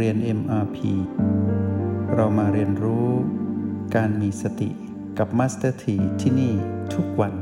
รียน MRP เรามาเรียนรู้การมีสติกับ Master T ที่นี่ทุกวัน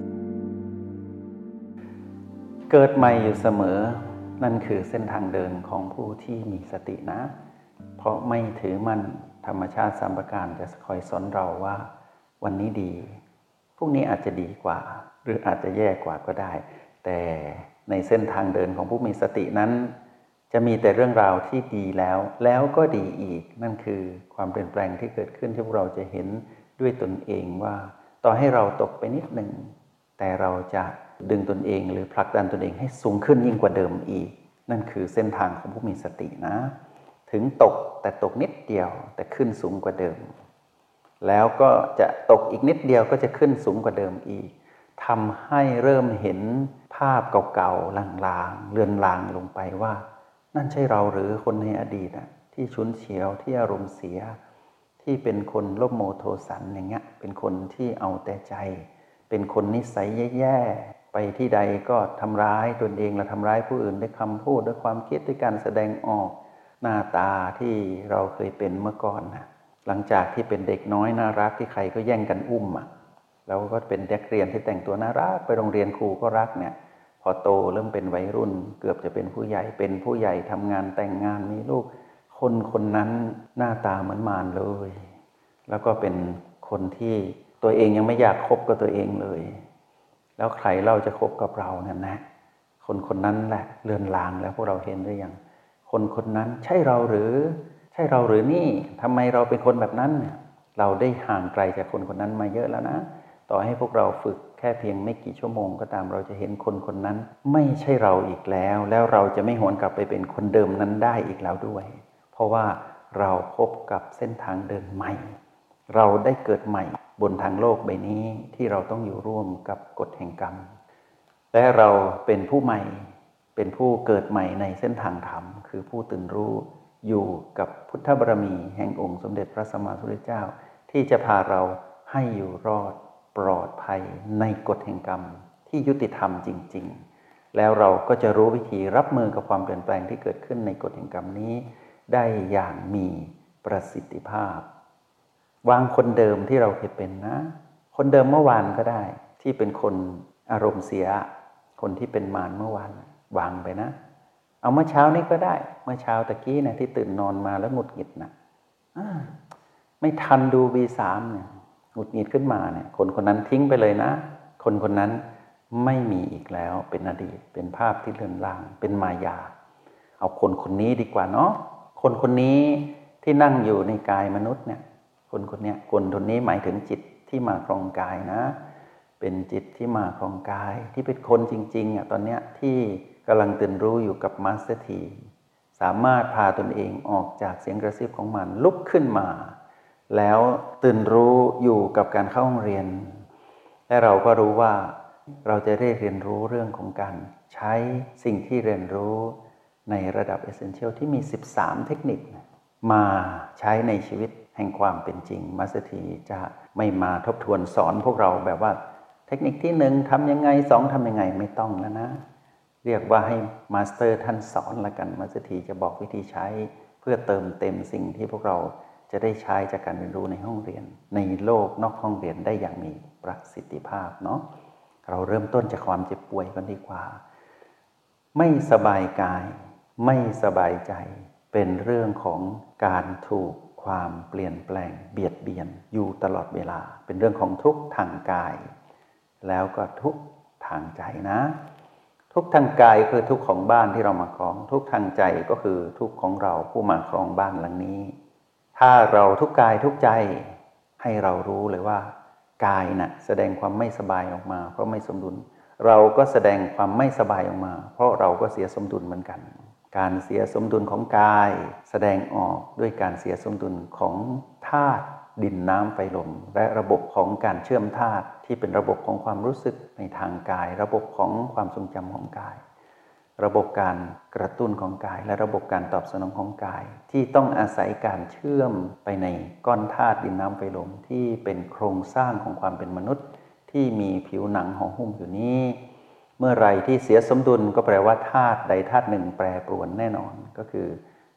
เกิดใหม่อยู่เสมอนั่นคือเส้นทางเดินของผู้ที่มีสตินะเพราะไม่ถือมั่นธรรมชาติสามประการจะคอยสอนเราว่าวันนี้ดีพรุ่งนี้อาจจะดีกว่าหรืออาจจะแย่กว่าก็ได้แต่ในเส้นทางเดินของผู้มีสตินั้นจะมีแต่เรื่องราวที่ดีแล้วก็ดีอีกนั่นคือความเปลี่ยนแปลงที่เกิดขึ้นที่พวกเราจะเห็นด้วยตนเองว่าต่อให้เราตกไปนิดหนึ่งแต่เราจะดึงตนเองหรือผลักดันตนเองให้สูงขึ้นยิ่งกว่าเดิมอีกนั่นคือเส้นทางของผู้มีสตินะถึงตกแต่ตกนิดเดียวแต่ขึ้นสูงกว่าเดิมแล้วก็จะตกอีกนิดเดียวก็จะขึ้นสูงกว่าเดิมอีกทำให้เริ่มเห็นภาพเก่าๆลางๆเลือนลางลงไปว่านั่นใช่เราหรือคนในอดีตที่ฉุนเฉียวที่อารมณ์เสียที่เป็นคนโลภโมโทสันอย่างเงี้ยเป็นคนที่เอาแต่ใจเป็นคนนิสัยแย่ๆไปที่ใดก็ทำร้ายตนเองและทำร้ายผู้อื่นด้วยคำพูดด้วยความคิดด้วยการแสดงออกหน้าตาที่เราเคยเป็นเมื่อก่อนหลังจากที่เป็นเด็กน้อยน่ารักที่ใครก็แย่งกันอุ้มแล้วก็เป็นเด็กเรียนที่แต่งตัวน่ารักไปโรงเรียนครูก็รักเนี่ยพอโตเริ่มเป็นวัยรุ่นเกือบจะเป็นผู้ใหญ่ทำงานแต่งงานมีลูกคนนั้นหน้าตาเหมือนมารเลยแล้วก็เป็นคนที่ตัวเองยังไม่อยากคบกับตัวเองเลยแล้วใครเล่าจะคบกับเราเนี่ยนะคนนั้นแหละเลือนลางแล้วพวกเราเห็นหรือยังคนนั้นใช่เราหรือนี่ทำไมเราเป็นคนแบบนั้นเนี่ยเราได้ห่างไกลจากคนนั้นมาเยอะแล้วนะต่อให้พวกเราฝึกแค่เพียงไม่กี่ชั่วโมงก็ตามเราจะเห็นคนนั้นไม่ใช่เราอีกแล้วเราจะไม่หวนกลับไปเป็นคนเดิมนั้นได้อีกแล้วด้วยเพราะว่าเราพบกับเส้นทางเดินใหม่เราได้เกิดใหม่บนทางโลกใบนี้ที่เราต้องอยู่ร่วมกับกฎแห่งกรรมและเราเป็นผู้ใหม่เป็นผู้เกิดใหม่ในเส้นทางธรรมคือผู้ตื่นรู้อยู่กับพุทธบารมีแห่งองค์สมเด็จพระสัมมาสัมพุทธเจ้าที่จะพาเราให้อยู่รอดปลอดภัยในกฎแห่งกรรมที่ยุติธรรมจริงๆแล้วเราก็จะรู้วิธีรับมือกับความเปลี่ยนแปลงที่เกิดขึ้นในกฎแห่งกรรมนี้ได้อย่างมีประสิทธิภาพวางคนเดิมที่เราเคยเป็นนะคนเดิมเมื่อวานก็ได้ที่เป็นคนอารมณ์เสียคนที่เป็นมารเมื่อวานวางไปนะเอาเมื่อเช้านี้ก็ได้เมื่อเช้าตะกี้นะที่ตื่นนอนมาแล้วหงุดหงิดนะไม่ทันดู V3 เนี่ยหงุดหงิดขึ้นมาเนี่ยคนนั้นทิ้งไปเลยนะคนนั้นไม่มีอีกแล้วเป็นอดีตเป็นภาพที่เลือนลางเป็นมายาเอาคนนี้ดีกว่าเนาะคนนี้ที่นั่งอยู่ในกายมนุษย์เนี่ยคนนี้หมายถึงจิตที่มาครองกายนะเป็นจิตที่มาครองกายที่เป็นคนจริงๆตอนเนี้ยที่กำลังตื่นรู้อยู่กับมาสเตอร์ทีสามารถพาตนเองออกจากเสียงกระซิบของมันลุกขึ้นมาแล้วตื่นรู้อยู่กับการเข้าห้องเรียนและเราก็รู้ว่าเราจะได้เรียนรู้เรื่องของการใช้สิ่งที่เรียนรู้ในระดับ Essential ที่มี13เทคนิคมาใช้ในชีวิตแห่งความเป็นจริงมาสเตอร์ทีจะไม่มาทบทวนสอนพวกเราแบบว่าเทคนิคที่1ทำยังไง2ทำยังไงไม่ต้องแล้วนะเรียกว่าให้มาสเตอร์ท่านสอนละกันมาสเตอร์ทีจะบอกวิธีใช้เพื่อเติมเต็มสิ่งที่พวกเราจะได้ใช้จากการเรียนรู้ในห้องเรียนในโลกนอกห้องเรียนได้อย่างมีประสิทธิภาพเนาะเราเริ่มต้นจากความเจ็บป่วยกันดีกว่าไม่สบายกายไม่สบายใจเป็นเรื่องของการถูกความเปลี่ยนแปลงเบียดเบียนอยู่ตลอดเวลาเป็นเรื่องของทุกข์ทางกายแล้วก็ทุกข์ทางใจนะทุกข์ทางกายคือทุกข์ของบ้านที่เรามาครองทุกข์ทางใจก็คือทุกข์ของเราผู้มาครองบ้านหลังนี้ถ้าเราทุกกายทุกใจให้เรารู้เลยว่ากายน่ะแสดงความไม่สบายออกมาเพราะไม่สมดุลเราก็แสดงความไม่สบายออกมาเพราะเราก็เสียสมดุลเหมือนกันการเสียสมดุลของกายแสดงออกด้วยการเสียสมดุลของธาตุดินน้ำไฟลมและระบบของการเชื่อมธาตุที่เป็นระบบของความรู้สึกในทางกายระบบของความทรงจำของกายระบบการกระตุ้นของกายและระบบการตอบสนองของกายที่ต้องอาศัยการเชื่อมไปในก้อนธาตุดินน้ำไฟลมที่เป็นโครงสร้างของความเป็นมนุษย์ที่มีผิวหนังห่อหุ้มอยู่นี้เมื่อไรที่เสียสมดุลก็แปลว่าธาตุใดธาตุหนึ่งแปรปรวนแน่นอนก็คือ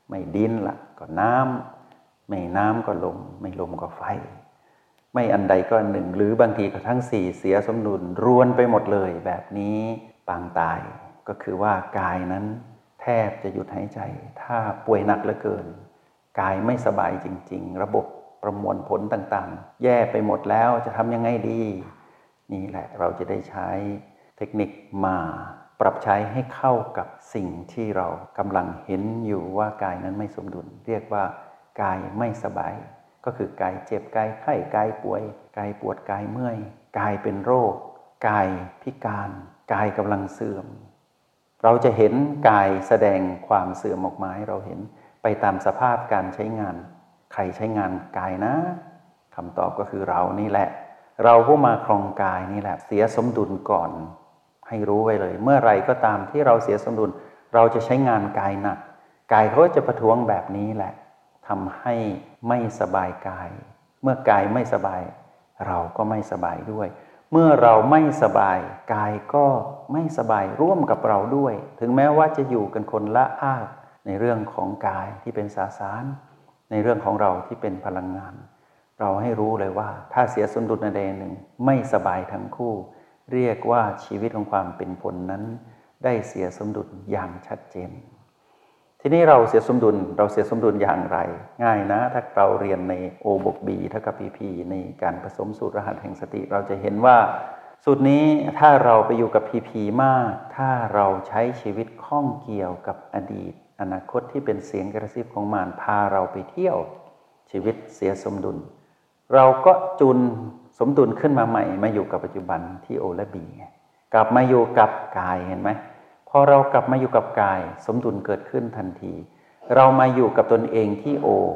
ไม่ดินละก็น้ำไม่น้ำก็ลมไม่ลมก็ไฟไม่อันใดก็อันหนึ่งหรือบางทีก็ทั้งสี่เสียสมดุลรวนไปหมดเลยแบบนี้ปางตายก็คือว่ากายนั้นแทบจะหยุดหายใจถ้าป่วยหนักเหลือเกินกายไม่สบายจริงๆระบบประมวลผลต่างๆแย่ไปหมดแล้วจะทำยังไงดีนี่แหละเราจะได้ใช้เทคนิคมาปรับใช้ให้เข้ากับสิ่งที่เรากำลังเห็นอยู่ว่ากายนั้นไม่สมดุลเรียกว่ากายไม่สบายก็คือกายเจ็บกายไข้กายป่วยกายปวดกายเมื่อยกายเป็นโรคกายพิการกายกำลังเสื่อมเราจะเห็นกายแสดงความเสื่อมออกมาให้เราเห็นไปตามสภาพการใช้งานใครใช้งานกายนะคำตอบก็คือเรานี่แหละเราผู้มาครองกายนี่แหละเสียสมดุลก่อนให้รู้ไว้เลยเมื่อไรก็ตามที่เราเสียสมดุลเราจะใช้งานกายหนักกายเขาจะประท้วงแบบนี้แหละทำให้ไม่สบายกายเมื่อกายไม่สบายเราก็ไม่สบายด้วยเมื่อเราไม่สบายกายก็ไม่สบายร่วมกับเราด้วยถึงแม้ว่าจะอยู่กันคนละภาคในเรื่องของกายที่เป็นสสารในเรื่องของเราที่เป็นพลังงานเราให้รู้เลยว่าถ้าเสียสมดุลใดหนึ่งไม่สบายทั้งคู่เรียกว่าชีวิตของความเป็นผลนั้นได้เสียสมดุลอย่างชัดเจนทีนี้เราเสียสมดุลอย่างไรง่ายนะถ้าเราเรียนใน O+B เท่ากับ PP ในการผสมสูตรรหัสแห่งสติเราจะเห็นว่าสูตรนี้ถ้าเราไปอยู่กับ PP มากถ้าเราใช้ชีวิตข้องเกี่ยวกับอดีตอนาคตที่เป็นเสียงกระซิบของมารพาเราไปเที่ยวชีวิตเสียสมดุลเราก็จุนสมดุลขึ้นมาใหม่มาอยู่กับปัจจุบันที่ O และ B กลับมาอยู่กับกายเห็นไหมพอเรากลับมาอยู่กับกายสมดุลเกิดขึ้นทันทีเรามาอยู่กับตนเองที่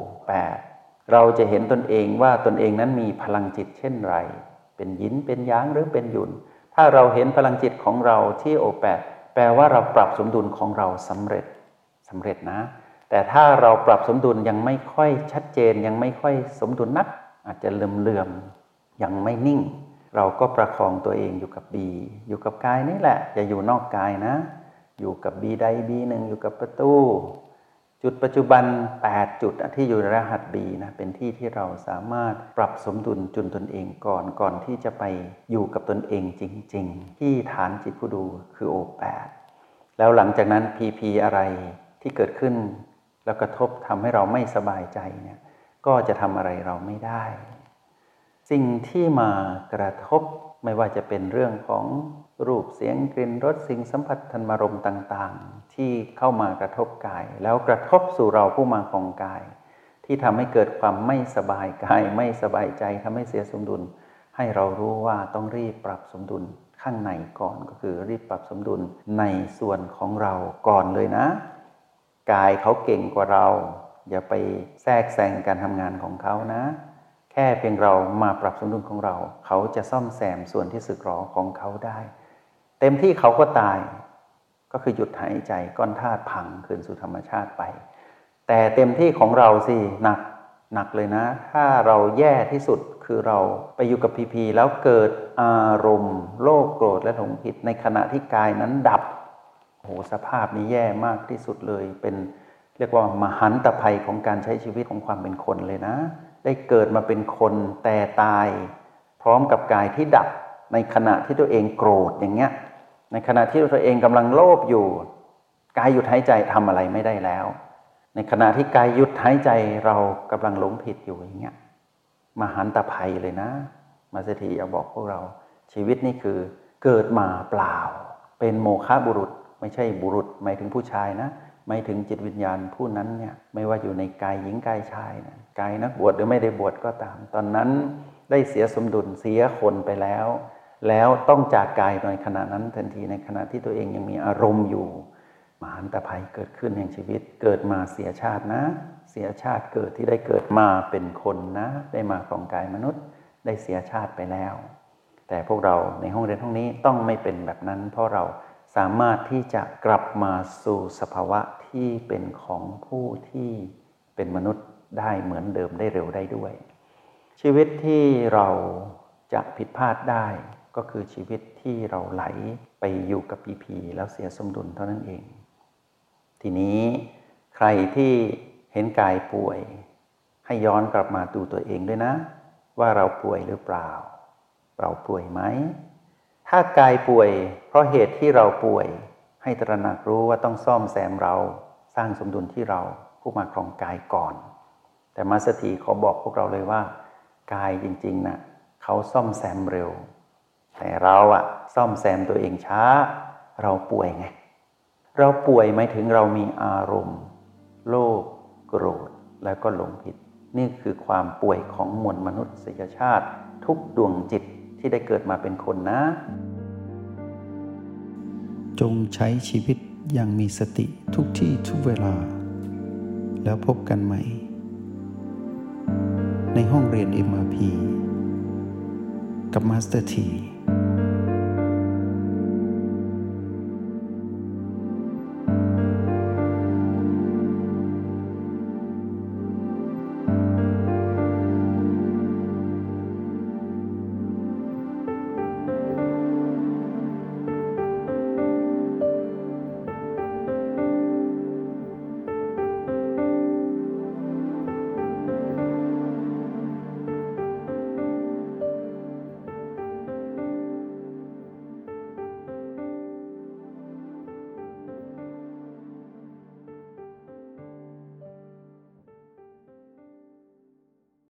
O8 เราจะเห็นตนเองว่าตนเองนั้นมีพลังจิตเช่นไรเป็นหยินเป็นหยางหรือเป็นหยุนถ้าเราเห็นพลังจิตของเราที่ O8 แปลว่าเราปรับสมดุลของเราสำเร็จนะแต่ถ้าเราปรับสมดุลยังไม่ค่อยชัดเจนยังไม่ค่อยสมดุลนักอาจจะเลื่อมยังไม่นิ่งเราก็ประคองตัวเองอยู่กับ B อยู่กับกายนี่แหละอย่าอยู่นอกกายนะอยู่กับ B ใด B1 อยู่กับประตูจุดปัจจุบัน8จุดที่อยู่ในรหัส B นะเป็นที่ที่เราสามารถปรับสมดุลจุนตนเองก่อนที่จะไปอยู่กับตนเองจริงๆที่ฐานจิตผู้ดูคือ O8 แล้วหลังจากนั้น PP อะไรที่เกิดขึ้นแล้วกระทบทำให้เราไม่สบายใจเนี่ยก็จะทำอะไรเราไม่ได้สิ่งที่มากระทบไม่ว่าจะเป็นเรื่องของรูปเสียงกลิ่นรสสิ่งสัมผัสธรรมารมณ์ต่างๆที่เข้ามากระทบกายแล้วกระทบสู่เราผู้มาครองกายที่ทำให้เกิดความไม่สบายกายไม่สบายใจทำให้เสียสมดุลให้เรารู้ว่าต้องรีบปรับสมดุลข้างในก่อนก็คือรีบปรับสมดุลในส่วนของเราก่อนเลยนะกายเขาเก่งกว่าเราอย่าไปแทรกแซงการทำงานของเขานะแค่เพียงเรามาปรับสมดุลของเราเขาจะซ่อมแซมส่วนที่สึกหรอของเขาได้เต็มที่เขาก็ตายก็คือหยุดหายใจก้อนธาตุพังคืนสู่ธรรมชาติไปแต่เต็มที่ของเราสิหนักเลยนะถ้าเราแย่ที่สุดคือเราไปอยู่กับพีพีแล้วเกิดอารมณ์โลภโกรธและหลงผิดในขณะที่กายนั้นดับโหสภาพนี้แย่มากที่สุดเลยเป็นเรียกว่ามหันตภัยของการใช้ชีวิตของความเป็นคนเลยนะได้เกิดมาเป็นคนแต่ตายพร้อมกับกายที่ดับในขณะที่ตัวเองโกรธอย่างเงี้ยในขณะที่ตัวเองกำลังโลภอยู่กายหยุดหายใจทำอะไรไม่ได้แล้วในขณะที่กายหยุดหายใจเรากำลังหลงผิดอยู่อย่างเงี้ยมหันตภัยเลยนะมาสถีเอาบอกพวกเราชีวิตนี่คือเกิดมาเปล่าเป็นโมฆะบุรุษไม่ใช่บุรุษหมายถึงผู้ชายนะไม่ถึงจิตวิญญาณผู้นั้นเนี่ยไม่ว่าอยู่ในกายหญิงกายชายนะกายนักบวชหรือไม่ได้บวชก็ตามตอนนั้นได้เสียสมดุลเสียคนไปแล้วต้องจากกายในขณะนั้นทันทีในขณะที่ตัวเองยังมีอารมณ์อยู่มหันตภัยเกิดขึ้นแห่งชีวิตเกิดมาเสียชาตินะเสียชาติเกิดที่ได้เกิดมาเป็นคนนะได้มาครองกายมนุษย์ได้เสียชาติไปแล้วแต่พวกเราในห้องเรียนห้องนี้ต้องไม่เป็นแบบนั้นเพราะเราสามารถที่จะกลับมาสู่สภาวะที่เป็นของผู้ที่เป็นมนุษย์ได้เหมือนเดิมได้เร็วได้ด้วยชีวิตที่เราจะผิดพลาดได้ก็คือชีวิตที่เราไหลไปอยู่กับพีพีแล้วเสียสมดุลเท่านั้นเองทีนี้ใครรที่เห็นกายป่วยให้ย้อนกลับมาดูตัวเองด้วยนะว่าเราป่วยหรือเปล่าเราป่วยไหมถ้ากายป่วยเพราะเหตุที่เราป่วยให้ตระหนักรู้ว่าต้องซ่อมแซมเราสร้างสมดุลที่เราผู้มาครองกายก่อนแต่มาสถีขอบอกพวกเราเลยว่ากายจริงๆนะเขาซ่อมแซมเร็วแต่เราซ่อมแซมตัวเองช้าเราป่วยไงเราป่วยหมายถึงเรามีอารมณ์โลภโกรธแล้วก็หลงผิดนี่คือความป่วยของมวลมนุษยชาติทุกดวงจิตที่ได้เกิดมาเป็นคนนะจงใช้ชีวิตอย่างมีสติทุกที่ทุกเวลาแล้วพบกันใหม่ในห้องเรียน MRP กับมาสเตอร์ที